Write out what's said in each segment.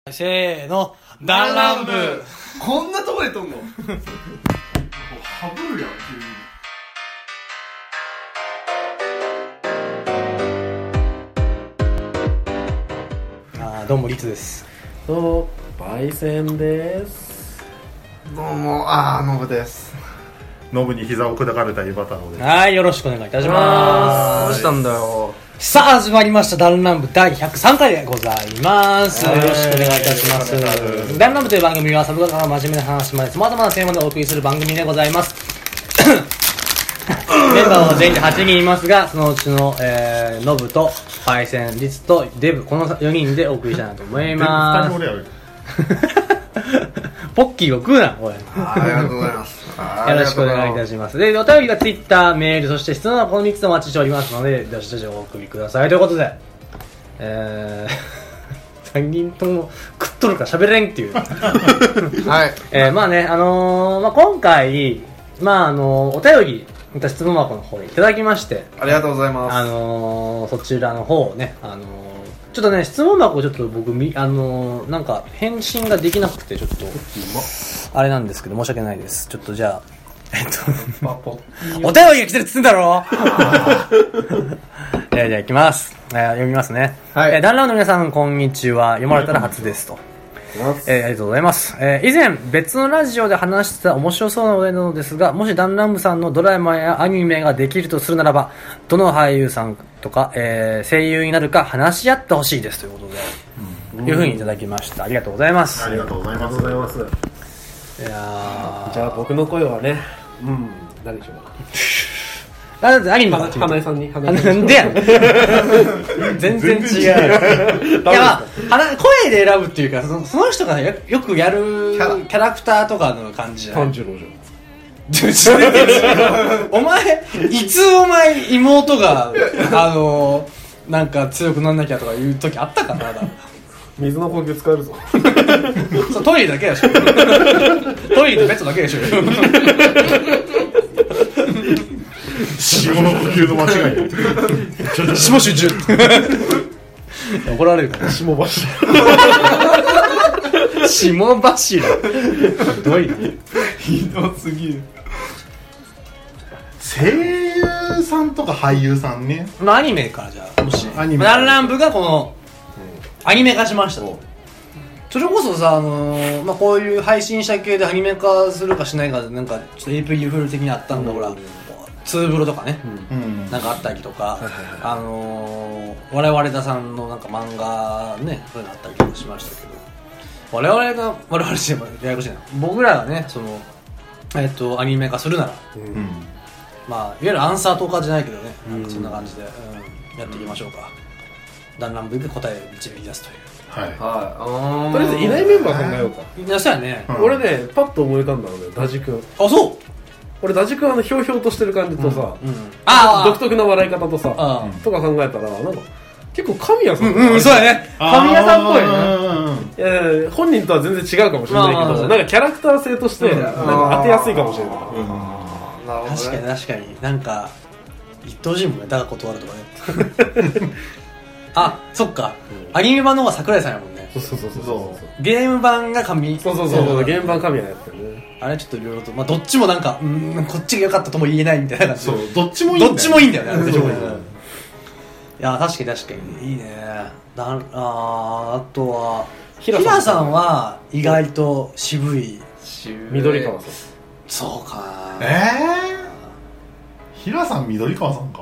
せーの、ダンランブ。 こんなとこで撮んのハブるやん、 どうもリツです。 どうも焙煎です。 どうも、ノブです。 ノブに膝を砕かれた湯畑野です。 はい、よろしくお願いいたします。 どうしたんだよ。 さあ始まりましたダンランブ第103回でございます。よろしくお願いいたします。ダンランブという番組はサブカルから真面目な話まで様々なテーマでお送りする番組でございます。メンバーは全員で8人いますが、そのうちの、ノブとパイセン、リツとデブ、この4人でお送りしたいなと思います。ポッキーを食うな、おい。 ありがとうございます。 よろしくお願いいたします。で、お便りが Twitter、メール、そして質問はこの3つお待ちしておりますので、どしどしお送りください。ということで、3人とも食っとるから喋れんっていう。 はい。 まあね、今回、お便り、また質問箱の方にいただきまして、 ありがとうございます。 そちらの方をね、ちょっとね、質問箱ちょっと僕なんか返信ができなくてちょっとあれなんですけど申し訳ないです。ちょっとじゃあお便りが来てるっつんだろじゃあ行きます。読みますね。はい。ダンラウンドの皆さんこんにちは。読まれたら初ですと。ありがとうございます。以前別のラジオで話してた面白そうなお題なのですが、もしダンランブさんのドラマやアニメができるとするならば、どの俳優さんとか、声優になるか話し合ってほしいですということで、いうふうにいただきました。ありがとうございます。 ありがとうございます。 いやじゃあ僕の声はね、誰でしょうか。 だってアニメが花江さんに。 なんでやねん。全然違う。いや声で選ぶっていうか、その人がよくやるキャラクターとかの感じじゃない。 炭治郎じゃん。お前妹がなんか強くなんなきゃとかいう時あったかな。 水の呼吸使えるぞ。 トイレだけでしょ。トイレとベッドだけでしょ。 下の呼吸の間違い。 下集中。怒られるから。 下柱。 下柱。ひどいね。 ひどすぎる。 声優さんとか俳優さんね。 アニメからじゃあもしアニメ。 ダンランブがこのアニメ化しましたと。それこそさ、こういう配信者系でアニメ化するかしないかでなんかちょっとエイプリルフール的にあったんだ、ほら。ツーブロとかね、なんかあったりとか、我々ださんのなんか漫画ね、そういうのあったりとかしましたけど、我々してもややこしいな。僕らがね、アニメ化するなら、いわゆるアンサーとかじゃないけどね、なんかそんな感じで、やっていきましょうか。ダンランブで答えを導き出すという。 はい。とりあえずいないメンバー考えようか。 いや、そうやね。 俺ね、パッと思い浮かんだのね、ダジ君。 あ、そう。 俺ダジ君ひょうひょうとしてる感じとさ、独特な笑い方とさ、とか考えたらなんか結構神谷さん、 そうやね、神谷さんっぽいね。 本人とは全然違うかもしれないけど、なんかキャラクター性としてなんか当てやすいかもしれない。 確かになんか言ってほしいもんね、だが断るとかね。あ、そっか、アニメ版の方が桜井さんやもんね。 そうゲーム版が神。 そうゲーム版神谷やってるね。 あれちょっといろいろと、どっちもなんかこっちが良かったとも言えないみたいな感じ。 そう、どっちもいいんだよね。 いや、確かにいいね。あとは平さんは意外と渋い。 緑川さん。 そうかな。 平さん緑川さんか。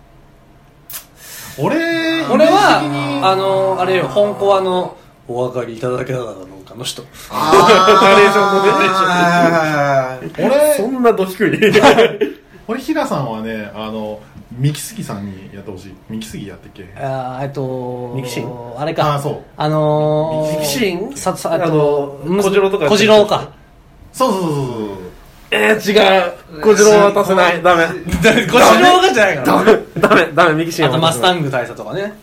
俺はあれよ、本コアのお分かりいただけただろうかの人。 ナレーションのね。俺そんなど低い。 俺平さんはね、ミキスギさんにやってほしい。ミキスギやってっけ。 ミキシン。 あれか。 そう。 ミキシン。 小次郎とか。 小次郎か。 そう。 違う。小次郎は足せない。ダメ。 小次郎がじゃないから。 ダメ、ミキシンは。 あとマスタング大佐とかね。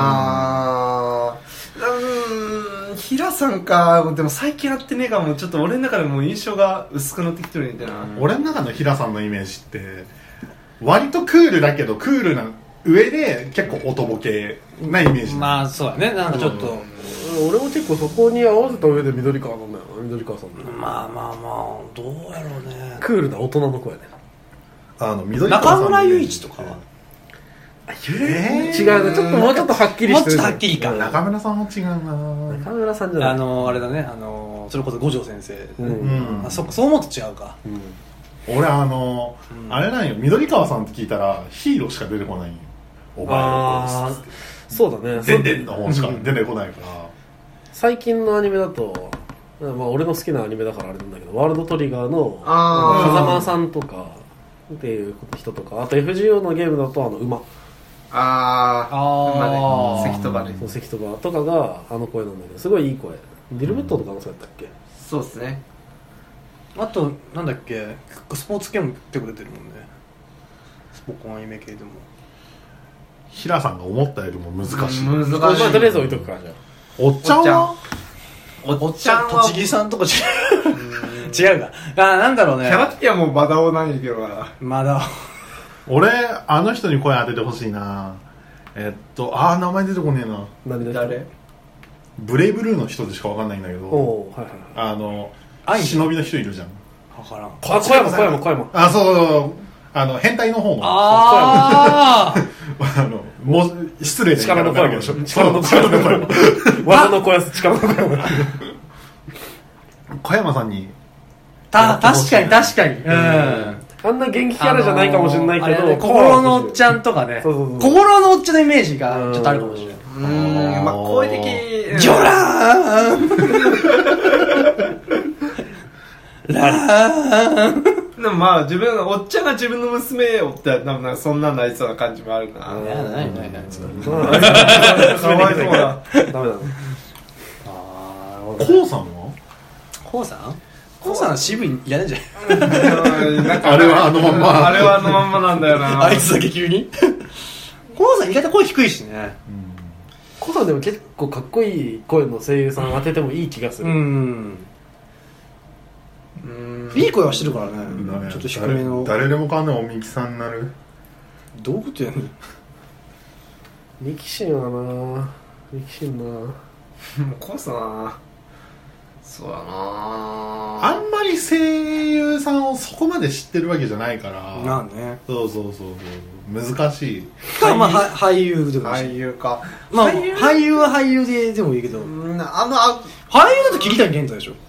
平さんか。でも最近やってねえかも。ちょっと俺の中でも印象が薄くなってきてるんだよな。 俺の中の平さんのイメージって割とクールだけど、クールな上で結構おとぼけなイメージ。 そうだね。なんかちょっと俺も結構そこに合わせた上で緑川なんだよな、緑川さん。 まあまあまあどうやろうね。 クールな大人の声ね。 緑川さん中村雄一とかは違うね、ちょっともうちょっとはっきりしてる。 もうちょっとはっきりか。 中村さんも違うな。 中村さんじゃない。 あれだね、それこそ五条先生。そう思うと違うか。 俺あれなんよ、緑川さんって聞いたらヒーローしか出てこないんよ。お前のそうだね。 でんでんの方しか出てこないから。 最近のアニメだと、まあ俺の好きなアニメだからあれなんだけど、ワールドトリガーの風間さんとかっていう人とか、あと FGO のゲームだと馬。 馬ね。関戸場ね。 そう、関戸場とかがあの声なんだけど、すごいいい声。ディルベットとかもそうやったっけ？ そうですね。 あとなんだっけ、スポーツ系も結構出てるもんね。スポコンアニメ系でも。 平さんが思ったよりも難しい。 まあとりあえず置いとくからじゃあ。 おっちゃんは？ おっちゃんは栃木さんとか違うか。なんだろうね。 キャラ的にはもうバダオなんやけどな。 まだ。 俺あの人に声当ててほしいな。名前出てこねえな。 誰？ ブレイブルーの人でしかわかんないんだけど、忍びの人いるじゃん。 わからん。 小山。 あ、そう変態の方の。もう失礼な力の声でしょ。力の声。技の声す力の声。 小山さんに。 確かに。 あんな元気キャラじゃないかもしれないけど、 心のおっちゃんとかね。心のおっちゃんのイメージがちょっとあるかもしれない。 まあ声的ジョラーンラーンでもまあおっちゃんが自分の娘をってそんなんなりそうな感じもあるな。 ないかわいそうだ。 ダメだね。 コウさんは？ コウさんは渋いいらないんじゃない？ あれはあのまんま。 あれはあのまんまなんだよな。 あいつだけ急にコウさん意外と声低いしね。 コウさんでも結構かっこいい声の声優さん当ててもいい気がする。 いい声はしてるからね。ちょっと低めの。 誰でもかんでもミキさんになる。 どういうことやねん。 ミキシンはな。ミキシンな。 もうコウさんそうだな。 あんまり声優さんをそこまで知ってるわけじゃないから。 なんね。 そう難しい。 まあ俳優でも俳優か。 まあ俳優は俳優でもいいけど、俳優だと桐谷健太でしょ。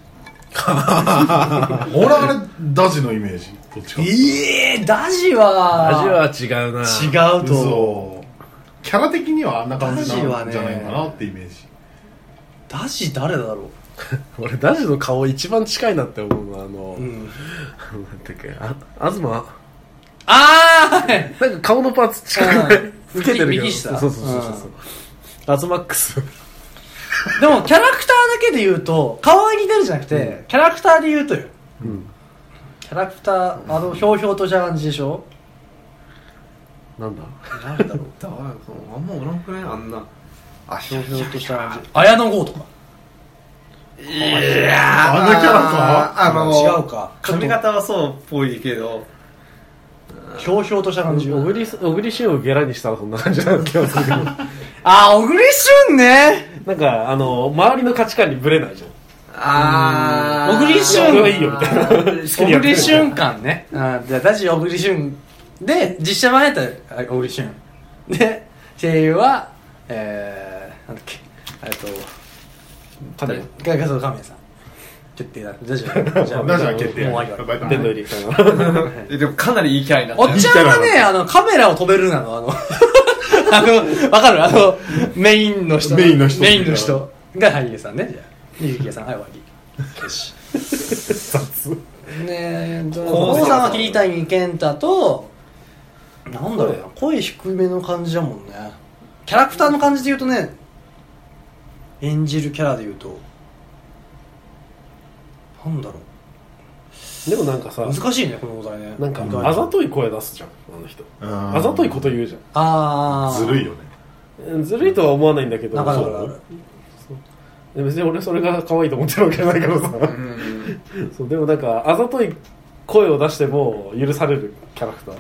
俺はあれダジのイメージ。どっちか。 ダジは違うな。 違うと。 キャラ的にはあんな感じなんじゃないかなってイメージ。 ダジ誰だろう。 俺ダジの顔一番近いなって思うのなんだっけ、東。なんか顔のパーツ近くない？老けてるけど。 右下。 そう。アズマックス。 でもキャラクターだけで言うと顔が似てるじゃなくて、キャラクターで言うとよ。キャラクターひょうひょうとした感じでしょ。 なんだ？ 誰だろう。 あんまおらんくないあんな。 ひょうひょうとした感じ。綾野剛とか。 いやあんなキャラか。違うか。 髪型はそうっぽいけど。 ひょうひょうとした感じ。 小栗旬をゲラにしたらそんな感じな気がするけど。 小栗旬ね。 なんか周りの価値観にブレないじゃん。 小栗旬俺はいいよみたいな。 小栗旬感ね。じゃあダジ小栗旬で実写版やったら小栗旬で声優はなんだっけ神谷さん決定だ。ダジは決定。 もう終わりベッド入りでもかなりいいキャラになった。おっちゃんはねカメラを止めるなのわかるメインの人が俳優さんね。じゃあゆきやさんはい終わり。よし。コウさんは桐谷健太となんだろうな、声低めの感じだもんね。キャラクターの感じで言うとね、演じるキャラで言うとなんだろう。でもなんかさ難しいねこのお題ね。 なんかあざとい声出すじゃんあの人。あざといこと言うじゃん。 ずるいよね。 ずるいとは思わないんだけど。 なかなか別に俺それが可愛いと思ってるわけじゃないからさ。そうでもなんかあざとい声を出しても許されるキャラクター。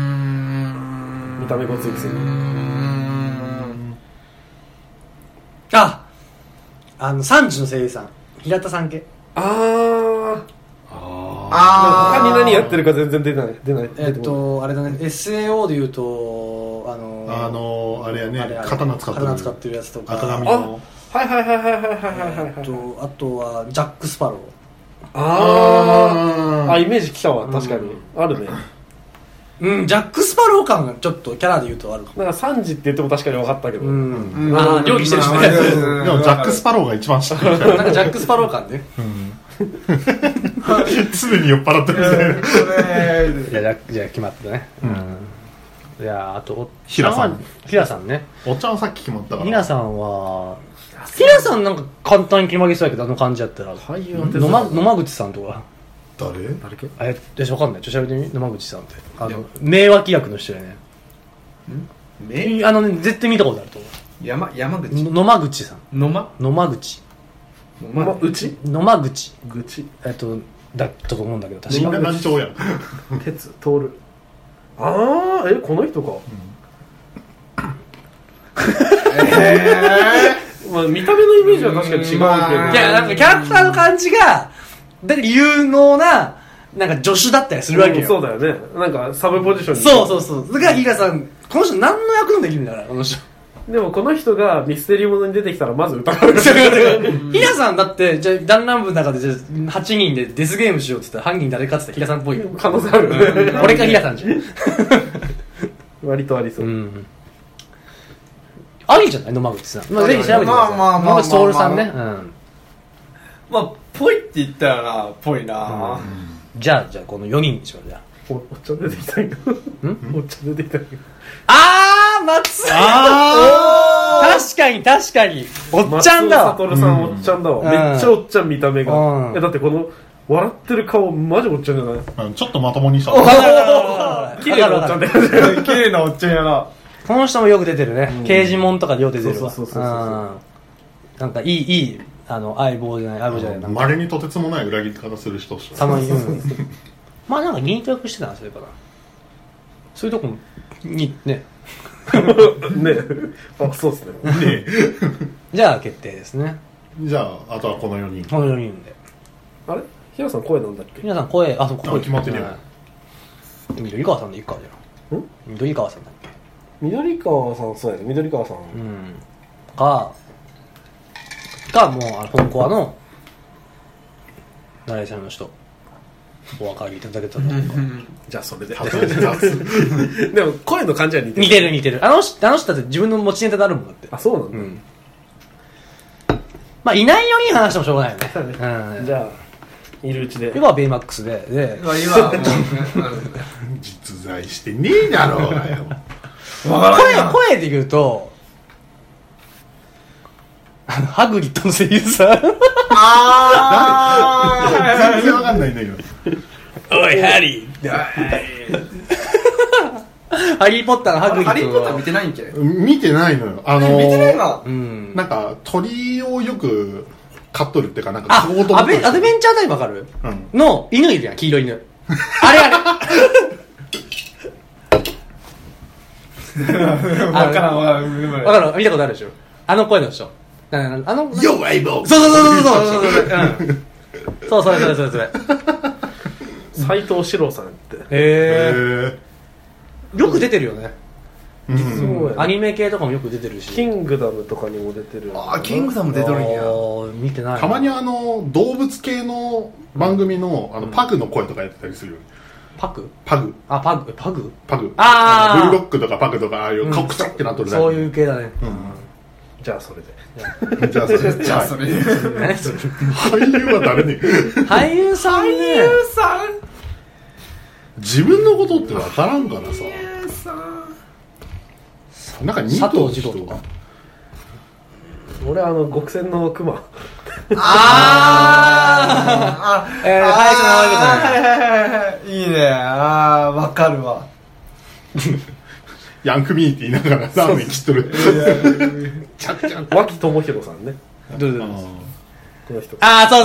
見た目ごついくせに。 3時の声優さん平田さん系。 他に何やってるか全然出ない。 あれだね、SAO で言うとあれやね、刀使ってるやつとか、 赤髪の。 はい。 あとはジャック・スパロー。イメージきたわ。確かにあるね。 ジャック・スパロー感がちょっとキャラで言うとあるかも。 なんか3時って言っても確かに分かったけど。 料理してるしね。 でもジャック・スパローが一番知ってるから。 なんかジャック・スパロー感ね。 常に酔っ払ってるみたいな。 じゃあ決まったね。いやあと平さんね。 おっちゃんはさっき決まったから。 平さんなんか簡単に決まりそうやけど、あの感じやったら俳優野間口さんとか。 誰私わかんない。ちょっと調べてみ。野間口さんって名脇役の人やね。絶対見たことあると思う。 山口野間口さん。 野間口だったと思うんだけど、確かみんな難聴やん。 鉄通る。この人か。見た目のイメージは確かに違うけど、いやなんかキャラクターの感じがだって有能ななんか助手だったりするわけよ。 そうだよね。なんかサブポジションに。 そうだから平さん、この人何の役でもできるんだからこの人。 でもこの人がミステリーものに出てきたらまず疑う。 平さんだってじゃあ弾丸部の中でじゃあ8人でデスゲームしようって言ったら犯人誰かって言ったら平さんっぽいよ。 可能性ある。 俺か平さんじゃん。 割とありそう。 ありじゃない野間口さん。ぜひ調べてください。野間口徹さんね。 ぽいって言ったらな、ぽいな。 じゃあこの4人にしよう。じゃあおっちゃん出てきたけど。おっちゃん出てきたけど。 松確かにおっちゃんだわ。 松尾悟さんおっちゃんだわ。めっちゃおっちゃん見た目が。だってこの笑ってる顔マジおっちゃんじゃない？ ちょっとまともにした。 綺麗なおっちゃんだよね。 綺麗なおっちゃんやな。 この人もよく出てるね。刑事物とかでよく出てるわ。 そう。 なんかいい相棒じゃない稀にとてつもない裏切り方する人たまに。まあなんか銀役してたな、それからそういうとこにね。 そうですね。 じゃあ決定ですね。 じゃああとはこの4人。 この4人で。 あれ平さん声なんだっけ？ 皆さん声、そう声決まってるよ。 緑川さんでいいかじゃん。緑川さんだっけ？ 緑川さん、そうやね。緑川さん。 かもう本コアのナレーションの人お分かりいただけたらじゃあそれで。でも声の感じは似てる。あの人だって自分の持ちネタであるもんだって。 そうなんだ。 まあいないように話してもしょうがないよね。 じゃあいるうちで。 今はベイマックスで。 実在してねえだろうがよ。 声で言うとハグリッドの声優さん。 全然わかんないんだけど。 おいハリー。ハリーポッターのハグリッド。 ハリーポッター見てないんけ？ 見てないのよ。 見てないの？ なんか鳥をよく飼っとるっていうか、なんかアドベンチャータイムわかる？の犬いるやん、黄色い犬。あれわからん、見たことあるでしょ。あの声の人。 弱い棒。 そう。それ。 斉藤史郎さんって。 よく出てるよね。アニメ系とかもよく出てるし。 キングダムとかにも出てる。 キングダム出とるんや。 見てない。 たまに動物系の番組のパグの声とかやってたりするよ。 パグ。 パグ。 ブルロックとかパグとかああいう顔くちゃってなっとる。 そういう系だね。 じゃあそれで。 じゃあそれで。俳優は誰ね？ 俳優さんね。 自分のことって分からんからさ。なんか2 佐藤二郎とか。 俺極戦のクマ。 いいね。わかるわ。 ヤンクミーって言いながらラーメン切っとる。 脇智弘さんね。 どうぞ。 この人。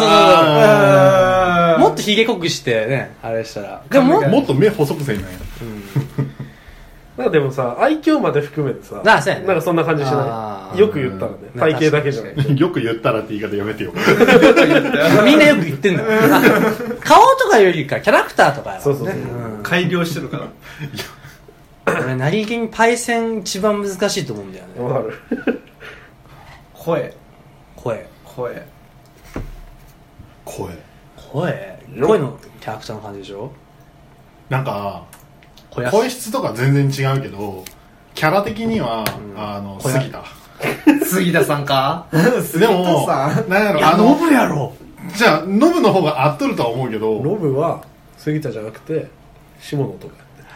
そう。もっとひげ濃くしてね、あれしたら。 でももっと目細くせんない。 なんかでもさ、愛嬌まで含めてさ、 あそうやねなんかそんな感じしないよく言ったらね、体型だけじゃない。 よく言ったらって言い方やめてよ。 みんなよく言ってんだよ。顔とかよりかキャラクターとかやもんね。 そうそうそう。 改良してるから俺何気にパイセン一番難しいと思うんだよね。 わかる。 声のキャラクターの感じでしょ。 なんか声質とか全然違うけどキャラ的には、 杉田さんか。 でもなんやろ、 ノブやろ。 じゃあノブの方が合っとるとは思うけど、 ノブは杉田じゃなくて下野とかやってる。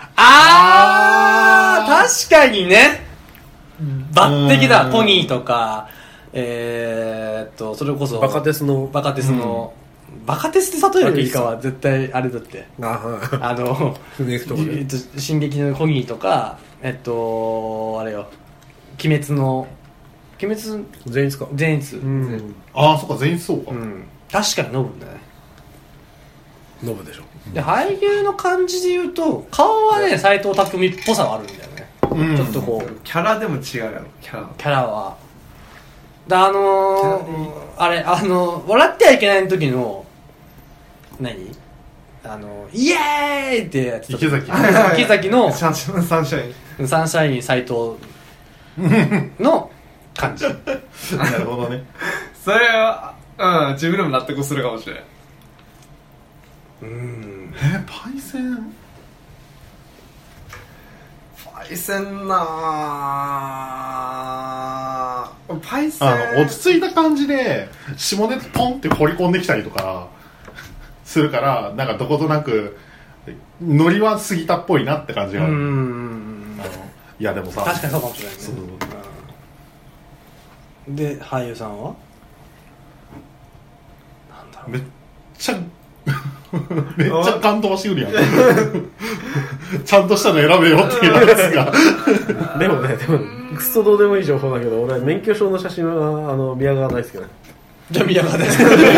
確かにね。抜擢だ。ポニーとかそれこそバカテスのバカテスで例えるべきかは絶対あれだって。進撃のコニーとかあれよ、鬼滅善逸か。 善逸。 ああそっか善逸そうか。 確かにノブだね。 ノブでしょ。 で俳優の感じで言うと顔はね斎藤工っぽさはあるんだよね。ちょっとこうキャラでも違うやろ。キャラはあれ笑ってはいけない時の何イエーイってやつ池崎のサンシャイン斎藤の感じ。 なるほどね。 それは自分でも納得するかもしれない。 パイセン落ち着いた感じで下ネタポンって掘り込んできたりとかするからなんかどことなくノリは杉田っぽいなって感じがある。いやでもさ確かにそうかもしれないね。で俳優さんはなんだろう。 めっちゃ感動してくるやん。ちゃんとしたの選べよっていうやつが。 でもクソどうでもいい情報だけど、俺免許証の写真は宮川大好きだね。 じゃあ宮川大好き。 ちょっとご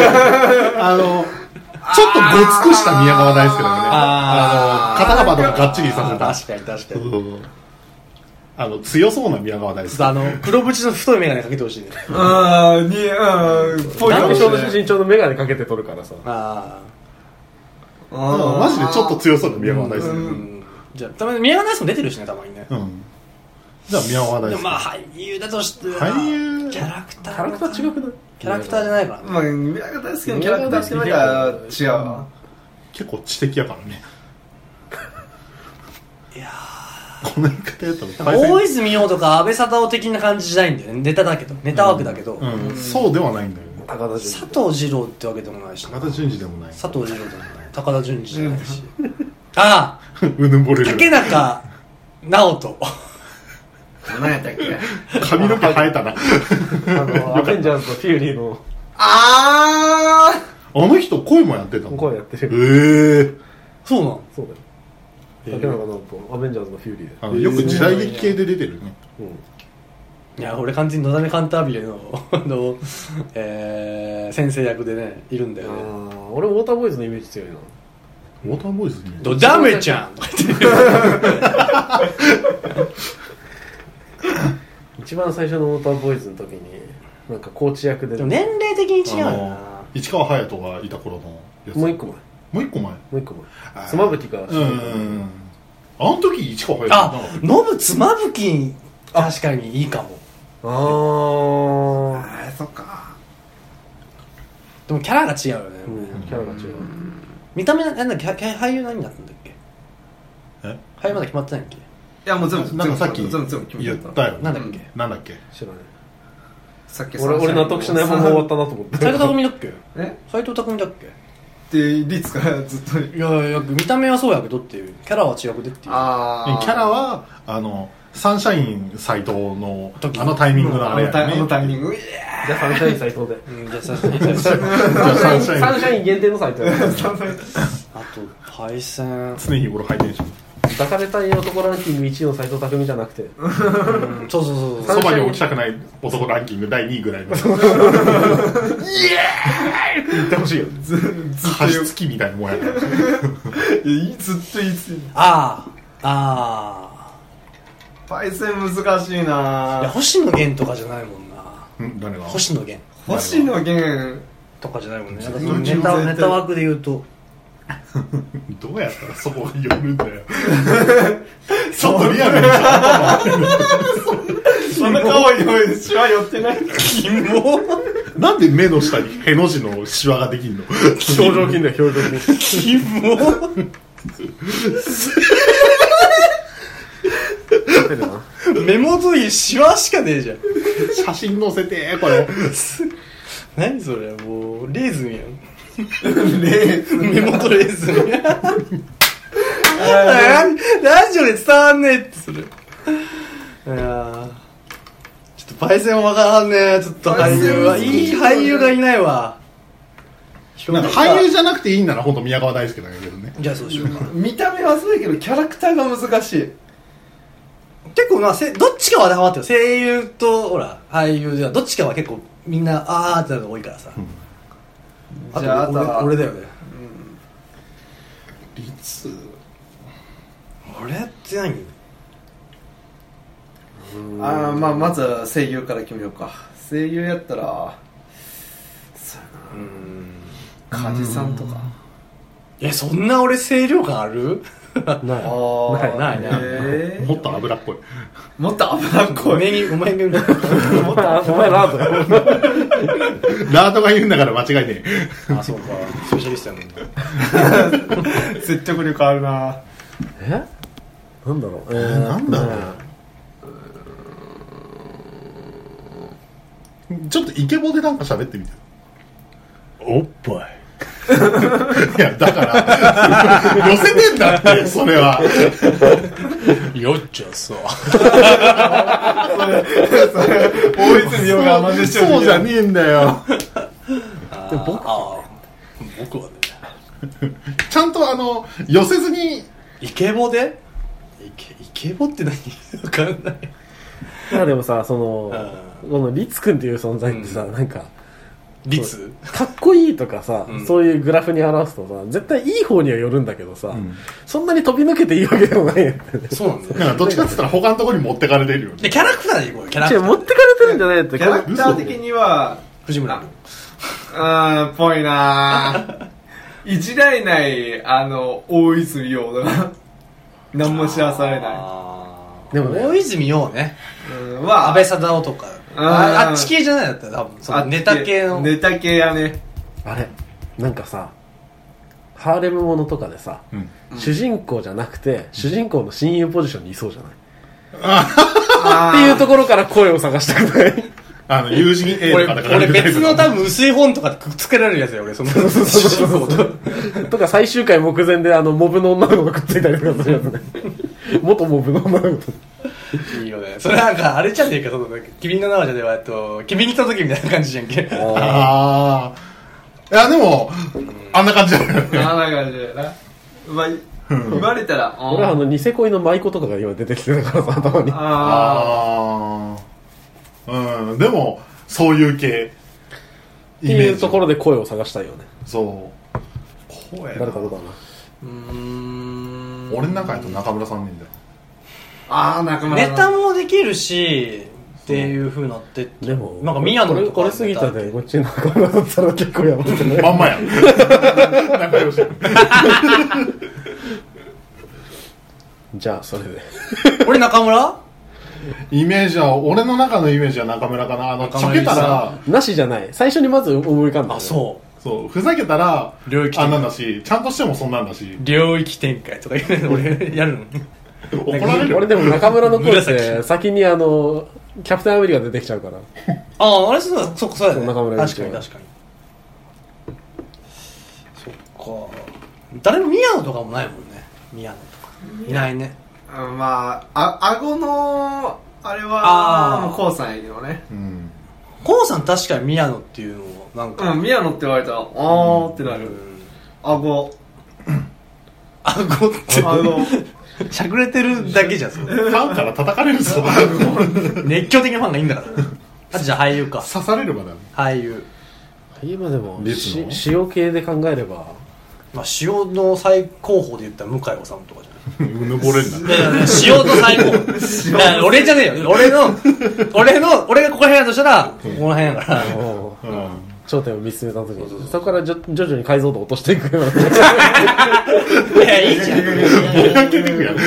つくした宮川大好きだよね。肩幅とかがっちりさせた。 確かに。 強そうな宮川大好き。 黒縁の太い眼鏡かけてほしいね。 免許証の写真ちょうど眼鏡かけて撮るからさ。 マジでちょっと強そうな宮川大好き。 じゃあたまに宮川大好きも出てるしね、たまにね。 じゃあ宮川大好き。 まあ俳優だとしてキャラクター違くない？ キャラクターじゃないからね。 宮川大好きのキャラクターってなんか違うわ。 結構知的やからね。 いやこんな言い方やったら大泉洋とか安倍貞夫的な感じじゃないんだよね。ネタ枠だけど、 そうではないんだよね。 佐藤二郎ってわけでもないし、 高田純次でもない、 佐藤二郎でもない、高田純次じゃないしうぬぼれる竹中直人。 何やったっけ。 髪の毛生えたな。 アベンジャーズとフューリーのあの人声もやってたの。 声やってる。 そうなん。 そうだよ。竹中直人アベンジャーズのフューリーでよく時代劇系で出てるね。 いや俺完全にのだめカンタービレの先生役でねいるんだよね。 俺ウォーターボーイズのイメージ強いな。 ウォーターボーイズにドダメちゃんとか言って一番最初のウォーターボーイズの時になんかコーチ役で。 でも年齢的に違うよな。 市川隼人がいた頃のやつ。 もう一個前妻夫木があの時市川隼人ノブ妻夫木確かにいいかも。 そっか。 でもキャラが違うよね。 キャラが違う。 見た目なんだっけ、俳優何になったんだっけ。俳優まだ決まってないんだっけ。 いやもう全部なんかさっき言ったよ。 なんだっけ知らない。 さっき俺納得しないまま終わったなと思って。 斎藤工だっけ。斎藤工だっけでリツからずっといや見た目はそうやけどっていう、キャラは違くでっていう。キャラはサンシャイン斎藤のタイミングのあれやね。 あのタイミング。 じゃあサンシャイン斎藤で。 じゃあサンシャイン限定の斎藤。 あとパイセン常日頃ハイテンション。 抱かれたい男ランキング1位の斎藤工じゃなくて、 そうそばに置きたくない男ランキング第2位ぐらいのイエーイって言ってほしいよ。加湿器みたいなもんやから。 ずっと言いつパイセン難しいないや星野源とかじゃないもんな。 誰が星野源星野源とかじゃないもんね。なんかうんネタ枠で言うとどうやったらそこが寄るんだよちょっとリアルにそんな顔にシワ寄ってないキモなんで目の下にへの字のシワができんの表情筋だよ、表情筋。 キモ目元にシワしかねえじゃん。 写真載せてこれ何それ、もうレーズンやん。 ね目元レーズンやん。ラジオで伝わんねえってそれ。いやーちょっとパイセンもわからんね。ちょっと俳優は、いい俳優がいないわ。 なんか俳優じゃなくていいんなら本当宮川大輔だけどね。 じゃあそうしようか。 見た目はそうだけどキャラクターが難しい。 結構まあどっちかは当てはまってる。声優とほら俳優ではどっちかは結構みんなあーってなるのが多いからさ。 じゃあ俺だよね。 律俺って何？ まあまずは声優から決めようか。声優やったらそうやな、梶さんとか。 そんな俺声量感ある？ ないないもっと脂っこいもっと脂っこい。 お前がお前ラードだよ。 ラードが言うんだから間違いねあ、そうか。スペシャリストやもんな。 説得力あるな。 なんだろう。 なんだろうちょっとイケボでなんか喋ってみて。 おっぱい。 いやだから寄せてんだってそれはよっちゃさ大泉洋が真似してる。 そうじゃねえんだよ僕はねちゃんと寄せずにイケボでイケボって何わかんない。 いやでもさ、このリツくんっていう存在ってさ、なんか率かっこいいとかさ、 うんそういうグラフに表すとさ、絶対いい方にはよるんだけどさ、そんなに飛び抜けていいわけでもないんだよね。 そうなんだよ。 なんかどっちかって言ったら他のところに持ってかれてるよね。 でキャラクターでいこうよ。キャラクター持ってかれてるんじゃないって。 キャラクター的には藤村ぽいな。一代内大泉洋だな。何も知らされなでもね大泉洋ね。 い。は安倍貞夫とかあっち系じゃないだったら多分そのネタ系のネタ系やね。 あれなんかさ、ハーレムものとかでさ、主人公じゃなくて主人公の親友ポジションにいそうじゃないっていうところから声を探したくない。 友人 A とかだから俺別の多分薄い本とかでくっつけられるやつよ俺。その主人公ととか最終回目前でモブの女の子がくっついたりとかするやつね。元モブの女の子と。 いいよね。それなんかあれじゃねえか、その君の名はじゃねえわ、君に来た時みたいな感じじゃんけ。 ああ。いやでもあんな感じだよね。 あんな感じだよな。言われたら俺はニセ恋の舞妓とかが今出てきてたからさ、頭に。 ああ。でもそういう系っていうところで声を探したいよね。 そう声誰かどうかな。 俺の中やと中村さんねんだよ。 中村ネタもできるしっていう風なってでもなんか宮野とかこれ過ぎたでこっちの中村だったら結構やばくない？ まんまやん仲良しじゃあそれで俺中村イメージは俺の中のイメージは中村かな。ちょけたらなしじゃない。最初にまず思い浮かんだ。 そうふざけたら領域あんなんだし、ちゃんとしてもそんなんだし、 領域展開とか言うの俺やるの怒られるよ。 俺でも中村の声って先にキャプテンアメリカ出てきちゃうからあれそうだよね。 中村確かにそっか。誰も宮野とかもないもんね。宮野とかいないね。 顎のあれはもうコウさんやけどね。 コウさん確かに宮野っていうのをなんか宮野って言われたらってなる。顎ってしゃくれてるだけじゃん。それファンから叩かれるぞ熱狂的なファンがいいんだから。あとじゃあ俳優か。 刺されるまで俳優今でもリツの塩系で考えればまあ塩の最高峰で言ったら向井治とかじゃないうぬぼれんな。 塩の最高峰俺じゃねえよ俺がここら辺やとしたらこの辺やから頂点を見つめた時にそこから徐々に解像度を落としていくような。 いやいいじゃん。 ぼやけてくやん。 い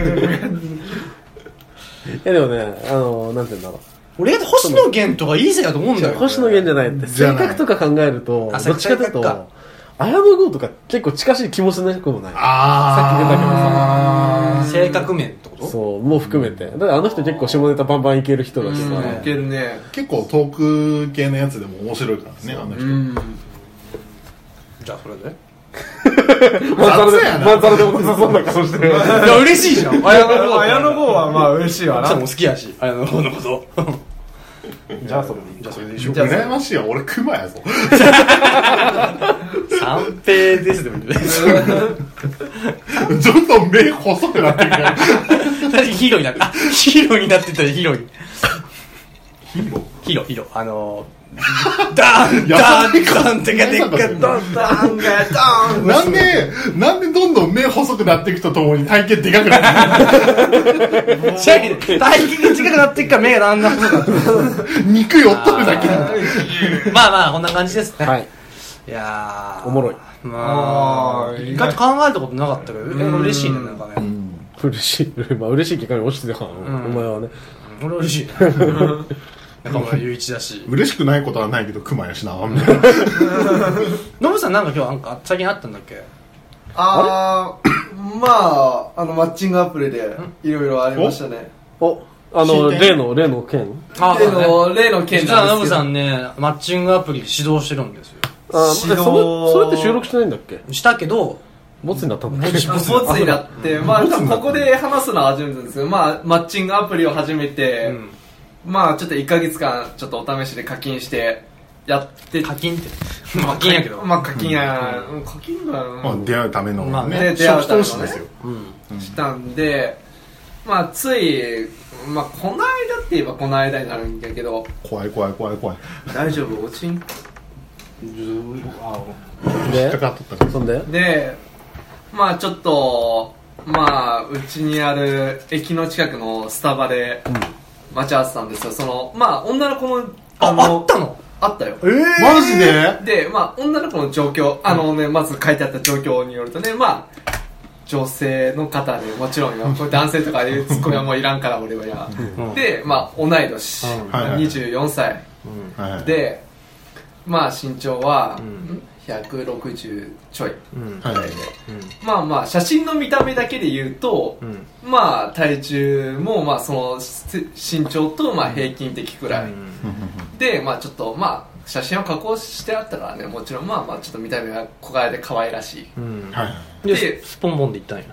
やでもね、なんて言うんだろう。 俺だって星野源とかいいせやと思うんだよ。 星野源じゃないって性格とか考えるとどっちかというと綾野剛とか結構近しい気もしなくもない。さっき出たけどさ、 性格面ってこと？ そうもう含めて。だからあの人結構下ネタバンバンいける人だしさ。 いけるね。 結構トーク系のやつでも面白いからね、あの人。 じゃあそれでまんざらでもなさそうな顔してる。 いや嬉しいじゃん。綾野剛はまあ嬉しいわな。 奥さんも好きやし綾野剛のこと。 じゃあそれでいい。 羨ましいわ、俺クマやぞ。 三平ですでもいいね。 どんどん目細くなってくる。 ヒーローになってヒーローになってたらヒーローにヒーローダーンダーンダーンってかでっかダーンダーンがダーン。 なんでどんどん目細くなっていくとともに体型でかくなっていく。 体型が近くなっていくから目がだんだん細くなって肉寄っとるだけ。 まあまあこんな感じですね。 はい。 いやーおもろい。 まあ意外と考えたことなかったけど嬉しいねなんかね。 嬉しい。まあ嬉しい結果に落ちてたからお前はね。 俺嬉しい。中村雄一だし。 嬉しくないことはないけどクマやしな。 ノブさんなんか今日なんか最近あったんだっけ？ まあマッチングアプリでいろいろありましたね。 例の件。 例の件実はノブさんねマッチングアプリ指導してるんですよ。 それって収録してないんだっけ？ したけどボツになったんだっけ？ ボツになって、まあここで話すのは初めてなんですけど、まあマッチングアプリを始めて、まあちょっと1ヶ月間ちょっとお試しで課金してやって課金って課金やけどまあ課金や課金だよまあ出会うためのまあね出会うためのねですよ。 したんでまあついまあこの間って言えばこの間になるんだけど怖い。 大丈夫おちんでかかっとった。 そんででまあちょっとまあうちにある駅の近くのスタバで待ち合わせたんですよ。そのまあ女の子のあったの？ あったよ。 マジで？ でまあ女の子の状況まず書いてあった状況によるとねまあ女性の方でもちろんよこれ男性とかいうツッコミはもういらんから俺はや、でまあ同い年、24歳、でまあ身長は160ちょいぐらいで、まあまあ写真の見た目だけで言うと、まあ体重もまあその身長とまあ平均的くらい、でまあちょっとまあ写真を加工してあったからねもちろんまあまあちょっと見た目が小柄で可愛らしい、 でスポンボンで行ったんや。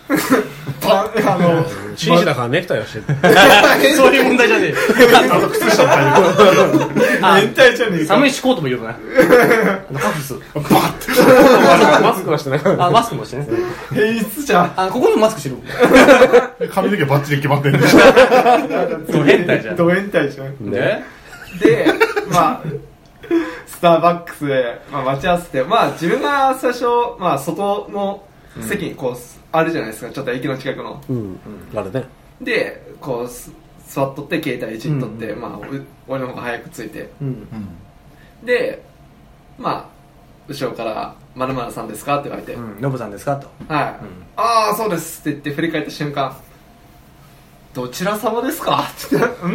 紳士だからネクタイをしてる。 そういう問題じゃねえ。 靴下変態じゃねえか。 寒いしコートもいるのね。カフス。 マスクはしてない。 マスクもしてね。 変質じゃん。 ここにもマスクしてる。 髪の毛バッチリ決まってる。 ド変態じゃん。 ド変態じゃん。 でまあスターバックスで、まあ、待ち合わせてまあ自分が最初まあ外の席にこうあるじゃないですかちょっと駅の近くのあれねでこう座っとって携帯いじっとって、まあ俺の方が早く着いて、でまあ後ろから「〇〇さんですか?」って言われて 「ノブさんですか?」と 「はい、ああそうです」って言って振り返った瞬間「どちら様ですか?」って言って「ん?」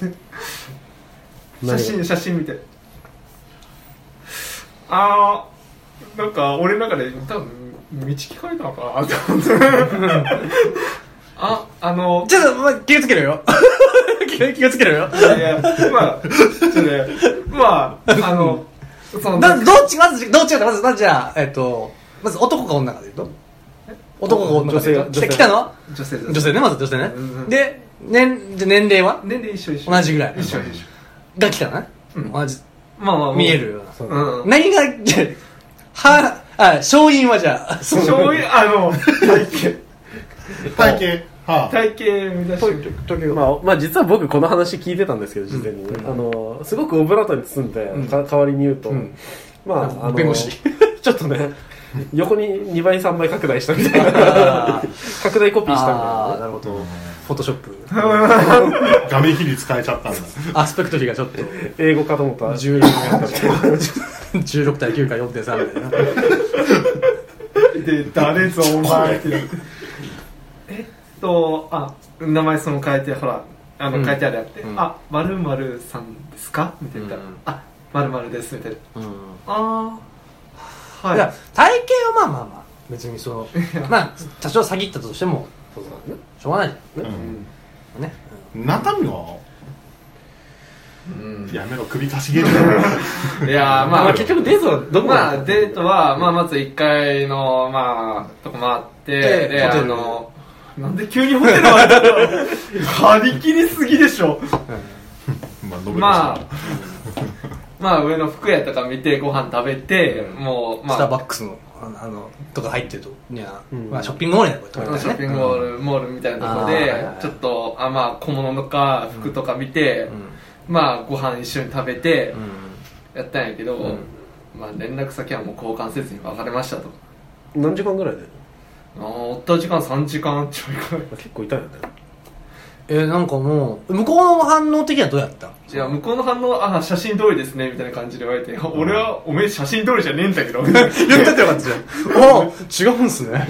って写真見てなんか俺の中で多分道聞かれたのかなって思ってちょっと、気をつけろよ気をつけろよいやまあちょっとねまあそのどっちまずじゃあまず男か女かで言うと男か女かで言うと来たの女性ねまず女性ねで年齢は年齢一緒同じぐらい一緒が来たのね同じまあ見えるような何が勝因はじゃあ勝因体型目指してまあ実は僕この話聞いてたんですけど事前にすごくオブラートに包んで代わりに言うとまあ弁護士ちょっとね横に2倍3倍拡大したみたいな拡大コピーしたみたいな。 なるほど。フォトショップ。 画面比率変えちゃったんだ。 アスペクト比がちょっと。 英語かと思ったら 16対9か 4.3 みたいな。 で、誰ぞお前って名前その変えて、ほら、書いてあるやって、〇〇さんですかみたいな。〇〇です、みたいな。はい。 いや、体型はまあ、別に多少下ぎったとしても、しょうがないじゃん。ね。 中身はやめろ、首かしげる。 いや結局デートはどこデートは、まず1階の、とこ回って、で、なんで急にホテルまで張り切りすぎでしょ。上の服屋とか見てご飯食べて、もう、 スターバックスの、とか入ってると、ショッピングモールやこれショッピングモールみたいなとこで、ちょっと、小物とか服とか見て、ご飯一緒に食べて、やったんやけど、連絡先はもう交換せずに別れましたと。 何時間ぐらいでおった時間3時間ちょいくらい。 結構いたよね。 なんかもう、向こうの反応的にはどうやった？ いや、向こうの反応は、写真通りですね、みたいな感じで言われて、俺は、おめえ写真通りじゃねえんだけど、言ったってよかったじゃん。違うんすね。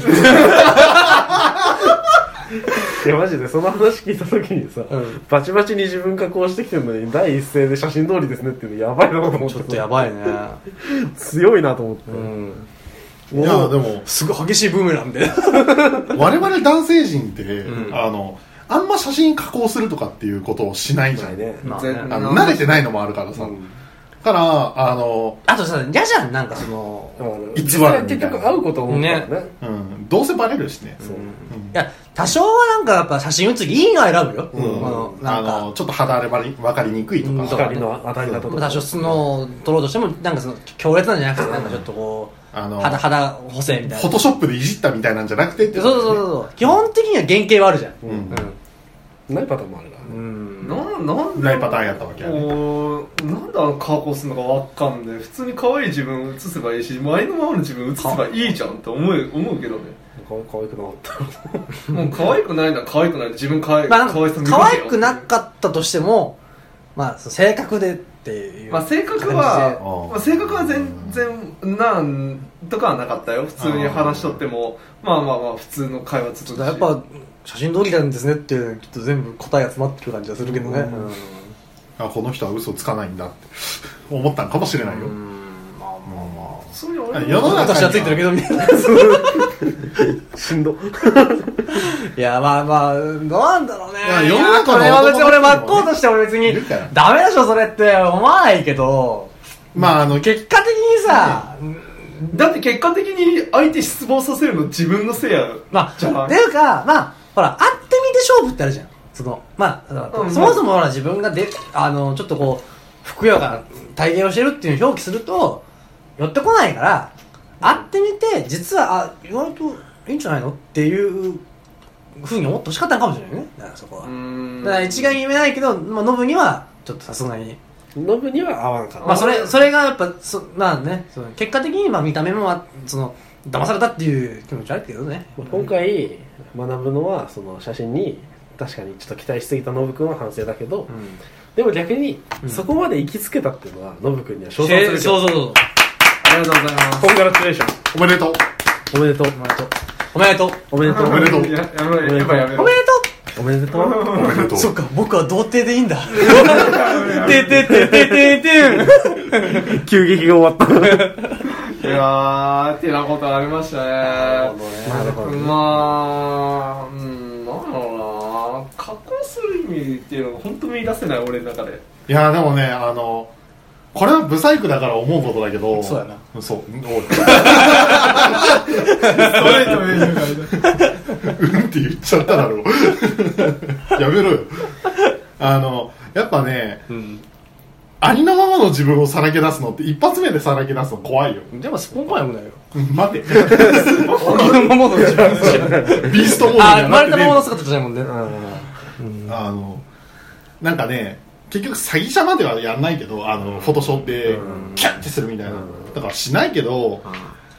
いやマジでその話聞いた時にさ、バチバチに自分加工してきてるのに第一声で写真通りですねっていうのやばいなと思って。 ちょっとやばいね。 強いなと思って。 いやでもすごい激しいブーメランで。 我々男性陣って、あんま写真加工するとかっていうことをしないじゃん。慣れてないのもあるからさ。だからあとさ、嫌じゃん、なんか偽る結局会うこと思うからね。 どうせバレるしね。 いや、多少はなんかやっぱ写真写りいいの選ぶよ。 ちょっと肌荒れ分かりにくいとか。 光の当たり方とか。 多少撮ろうとしても、なんか強烈なんじゃなくて、なんかちょっとこう、肌補正みたいな。 フォトショップでいじったみたいなんじゃなくてって。 そう。基本的には原型はあるじゃん。 ないパターンもあるから。 ないパターンやったわけやね。 なんで加工するのかわかんない。普通に可愛い自分写せばいいし、前のままの自分写せばいいじゃんって思うけどね。 可愛くなかった。もう可愛くないなら可愛くない。自分可愛さ見せてよ。 可愛くなかったとしても、性格でっていう。 性格は全然なんとかはなかったよ。普通に話しとっても、普通の会話続くし。 やっぱ写真通りなんですねってちょっと全部答えが詰まってる感じがするけどね。 この人は嘘つかないんだって思ったんかもしれないよ。 そういう世の中私はついてるけどみたいな。 しんど。 いやどうなんだろうね。 世の中のこれは別に俺真っ向として俺別にダメでしょそれって思わないけど、結果的にさ。 だって結果的に相手失望させるの自分のせいやじゃない。っていうかほら会ってみて勝負ってあるじゃん。そもそもほら自分がちょっとこうふくよかな体型をしてるっていうのを表記すると寄ってこないから、会ってみて実は意外といいんじゃないのっていう風に思ってほしかったのかもしれないね。だからそこは。だから一概に言えないけど、ノブにはちょっとさすがに。 ノブには合わんから。 それがやっぱ結果的に見た目も騙されたっていう気持ちあるけどね。 今回学ぶのはその写真に確かにちょっと期待しすぎたノブ君は反省だけど、でも逆にそこまで行きつけたっていうのはノブ君には称賛するけど。 そう。 ありがとうございます。 コングラチュレーション。 おめでとう。 おめでとう。 おめでとう。 おめでとう。おめでとう。 やめろ。 おめでとう。 おめでとう。 そっか、僕は童貞でいいんだ。 急激が終わった。 いやってなことありましたね。 なるほどね。 なんだろうな、加工する意味っていうのが本当見出せない俺の中で。 いやでもね、これはブサイクだから思うことだけど、 そうやな。 そう。 ストレートメニューがって言っちゃっただろう。やめろよ。やっぱね、ありのままの自分をさらけ出すのって一発目でさらけ出すの怖いよ。 でもスポンパンよくないよ。 待て。 ありのままの自分。 ビーストモードに生まれたままの姿じゃないもんね。 なんかね、結局詐欺者まではやんないけど、フォトショーってキャッてするみたいな。だからしないけど、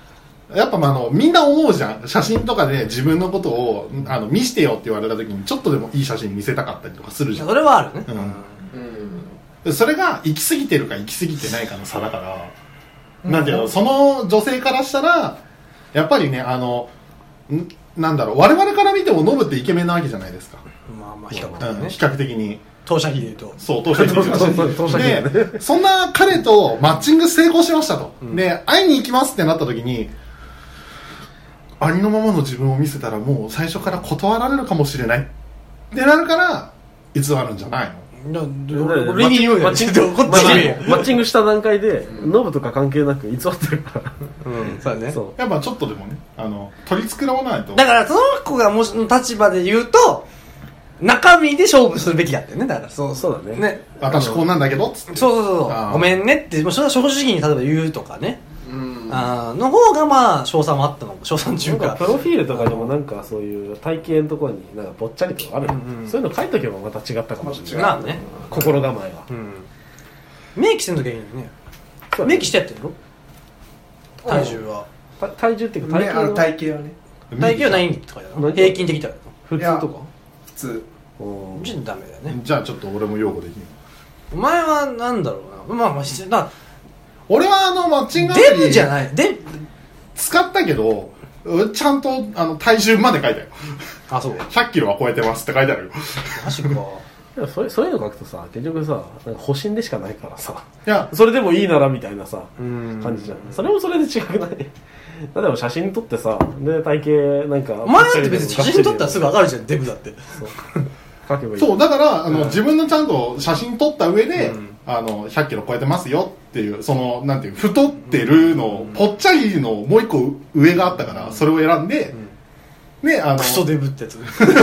やっぱみんな思うじゃん。写真とかで自分のことを見してよって言われた時にちょっとでもいい写真見せたかったりとかするじゃん。 それはあるね、 それが行き過ぎてるか行き過ぎてないかの差だから、なんていうの、その女性からしたらやっぱりねなんだろう、我々から見てもノブってイケメンなわけじゃないですか。 まあ比較的ね、 比較的に当社費で言うとそう、当社費でそんな彼とマッチング成功しましたと、で会いに行きますってなった時に、ありのままの自分を見せたらもう最初から断られるかもしれないってなるから偽るんじゃないの。 俺に言うよ、ちょっと怒ってみるよ。 マッチングした段階でノブとか関係なく偽ってるから、 そうね。 やっぱちょっとでもね取り繕わないと。 だからその子がもしの立場で言うと中身で勝負するべきだってね。だからそうだね。 私こうなんだけどっつって、 そうごめんねって、それは正直に例えば言うとかね、の方がまあ賞賛もあったの、賞賛中かプロフィールとかでもなんかそういう体型のところになんかぽっちゃりとかある、そういうの書いとけばまた違ったかもしれない、 ね、 心構えが、 明記してん時はいいのね。明記してやってるの体重は体重っていうか体型はね、 体型は何とかやろ、平均的とか普通とか普通じゃあダメだよね。 じゃあちょっと俺も擁護できる。 お前はなんだろうな、まあ俺はマッチングアプリデブじゃない使ったけどちゃんと体重まで書いたよ。 あ、そう 100キロは超えてますって書いてあるよ。 マジか。 そういうの書くとさ、結局さ、なんか保身でしかないからさ、 いやそれでもいいならみたいなさ感じじゃん。それもそれで違くない？例えば写真撮ってさ、で体型なんかお前だって別に写真撮ったらすぐ分かるじゃん、デブだって。 書けばいい。 そうだから自分のちゃんと写真撮った上で、100キロ超えてますよっていう、そのなんていう太ってるの、ぽっちゃりのもう一個上があったから、それを選んで、ね、 クソデブってやつ。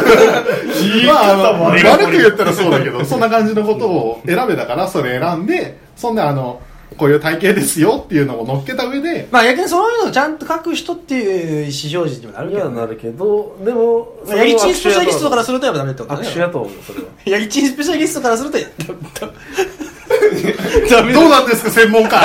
悪く言ったらそうだけど、そんな感じのことを選べたから、それ選んで、そんでこういう体型ですよっていうのを乗っけた上で、 まあ逆にそういうのをちゃんと書く人っていう意思表示にもなるけど、 なるけど、でもヤギチンスペシャリストからするとやっぱダメってことね。 握手やと思う、それは。 ヤギチンスペシャリストからするとどうなんですか専門家。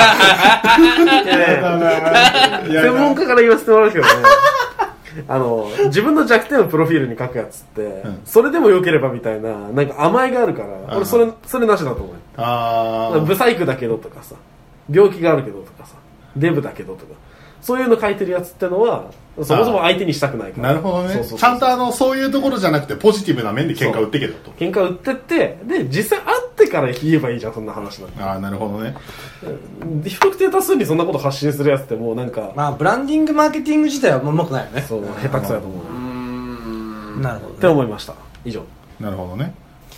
専門家から言わせてもらうけどね。自分の弱点をプロフィールに書くやつって、それでも良ければみたいな、なんか甘えがあるから、俺それなしだと思う。ブサイクだけどとかさ、病気があるけどとかさ、デブだけどとか、そういうの書いてるやつってのは、そもそも相手にしたくないから。 なるほどね。ちゃんとそういうところじゃなくて、ポジティブな面で喧嘩売ってけどと。 喧嘩売ってって、で、実際会ってから言えばいいじゃん、そんな話なんて。 なるほどね。 不特定多数にそんなこと発信するやつってもうなんか。 まあ、ブランディングマーケティング自体はうまくないよね。 そう、下手くそだと思う。 なるほど、 って思いました。以上。 なるほどね。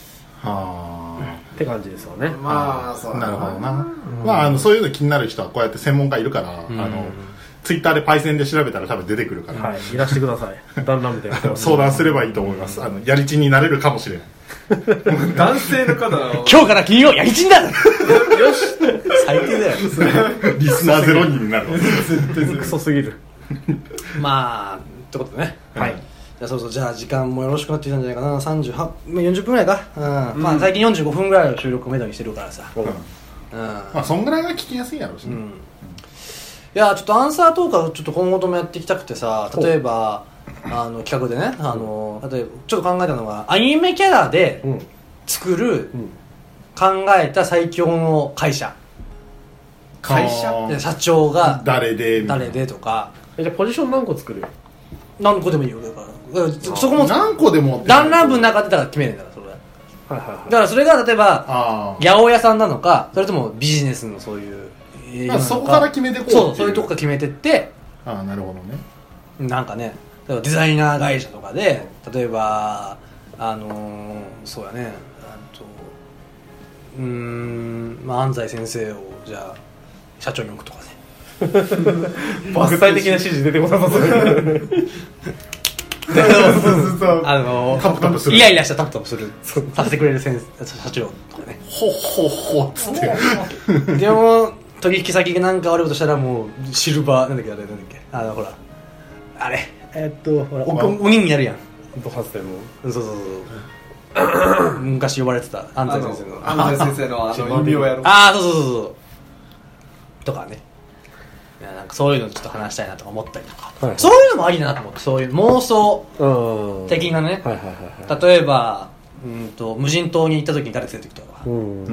って感じですよね。 まあ、そうなるほどな。まあ、そういうの気になる人はこうやって専門家いるから、ツイッターでパイセンで調べたら多分出てくるから、 はい、いらしてください。ダンラムで相談すればいいと思います。やりちんになれるかもしれない。 男性の方なの。 今日から金曜やりちんだ。よし。最低だよ。 リスナー0人になる。 クソすぎる。 まあってことね。 はい。 じゃあじゃあ時間もよろしくなってきたんじゃないかな。40分ぐらいか。まあ最近45分ぐらいの収録をめどにしてるからさ。 まあそんぐらいが聞きやすいやろうしね。 いやちょっとアンサートークはちょっと今後ともやっていきたくてさ、例えば企画でね、例えばちょっと考えたのがアニメキャラで作る、考えた最強の会社社長が誰でとか。 じゃあポジション何個作るよ。 何個でもいいよ。だからそこも何個でもダンランブの中でだから決めるんだからそれは。だからそれが例えば八百屋さんなのか、それともビジネスのそういうそこから決めてこう。 そういうとこから決めてって、 なるほどね。 なんかね、例えばデザイナー会社とかで、例えばそうやね、まあ安西先生をじゃあ社長に置くとかね。 具体的な指示出てこなさそう。 タプタプする。 イライラしたタプタプするさせてくれる社長とかね。 ほっつって。 でも取引先がなんか悪いことしたらもうシルバーなんだっけほらあれほらおにんやるやん。そう昔呼ばれてた安西先生の意味をやろう。 そうとかね。 いやなんかそういうのちょっと話したいなとか思ったりとか、 はいはい、 そういうのもありだなと思って、そういう妄想的なね、 はいはいはいはい、 例えば無人島に行った時に誰連れてきたとか、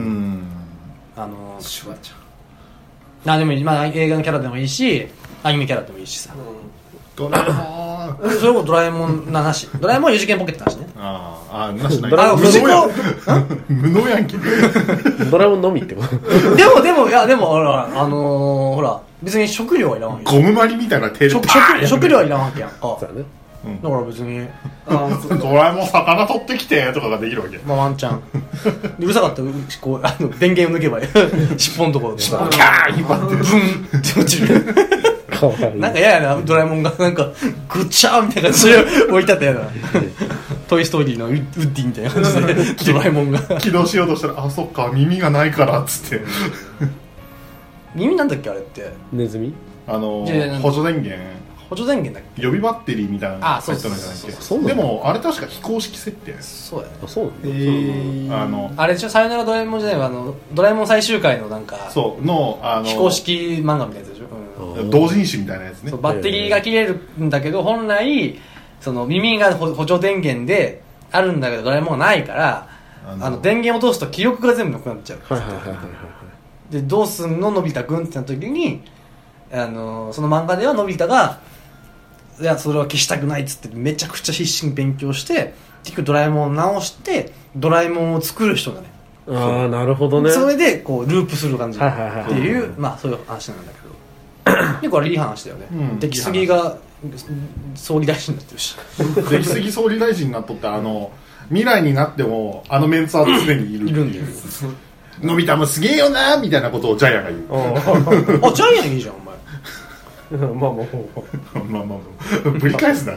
シュワちゃんでも、まあ、映画のキャラでもいいしアニメキャラでもいいしさ、 ドラえもんそれもドラえもんなし、ドラえもん4次元ポケットなしね、 なしない、 藤子無能やんけドラえもんのみってことでもほら別に食料はいらんわけゴムまりみたいな手で食料はいらんわけやんか、 そうだね、 だから別にドラえもん魚取ってきてとかができるわけ、 まあワンチャンうるさかったらこう電源を抜けばいい尻尾のところでキャー引っ張ってブンって落ちるなんか嫌やな、ドラえもんがなんかグッチャーみたいな感じで置いてあったやなトイストーリーのウッディみたいな感じでドラえもんが起動しようとしたらそっか耳がないからっつって耳なんだっけあれって、 ネズミ補助電源だっけ、 予備バッテリーみたいなのが入ってるんじゃないっけ。でもあれ確か非公式設定。 そうやね。 そうなんだ。あれでしょ、さよならドラえもんじゃないわ、ドラえもん最終回のなんかそうの非公式漫画みたいなやつでしょ、 同人誌みたいなやつね。 バッテリーが切れるんだけど本来その耳が補助電源であるんだけどドラえもんがないから電源を通すと記憶が全部なくなっちゃう。でどうすんののび太くんってなった時にその漫画ではのび太がいやそれは消したくないっつってめちゃくちゃ必死に勉強して結局ドラえもんを直してドラえもんを作る人だね。 ああなるほどね。 それでこうループする感じっていうまあそういう話なんだけど結構あれいい話だよね、出来すぎが総理大臣になってるし出来すぎ総理大臣になっとって未来になってもメンツは常にいるんだよのび太もすげえよなみたいなことをジャイアンが言うあジャイアンいいじゃんお前まあぶり返すな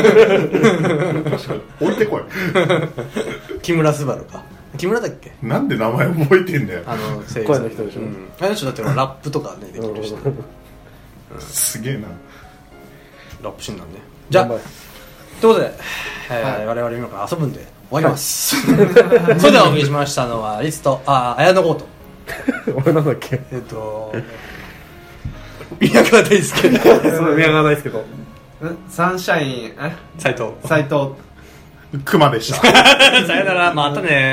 置いてこい木村昴か木村だっけなんで名前覚えてんだよ声の人でしょ、 あの人だってラップとかねできる人すげえなラップシーンなんでじゃあということで我々今から遊ぶんで終わりますそれではお送りしましたのはリツと綾野剛と俺なんだっけ宮川大輔宮川大輔とサンシャイン斉藤熊でしたさよならまたね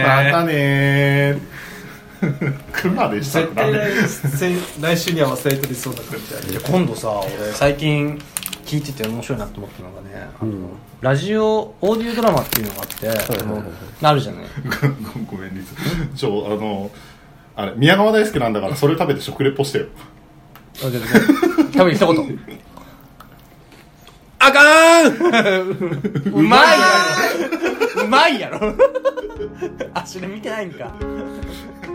熊でした絶対来週には忘れてりそうだったみたいな。 今度さ俺最近聞いてて面白いなと思ったのがねラジオオーディオドラマっていうのがあってあるじゃないごめんリツあれ宮川大輔なんだからそれ食べて食レポしてよ食べに一言あかーんうまいやろあそれ見てないんか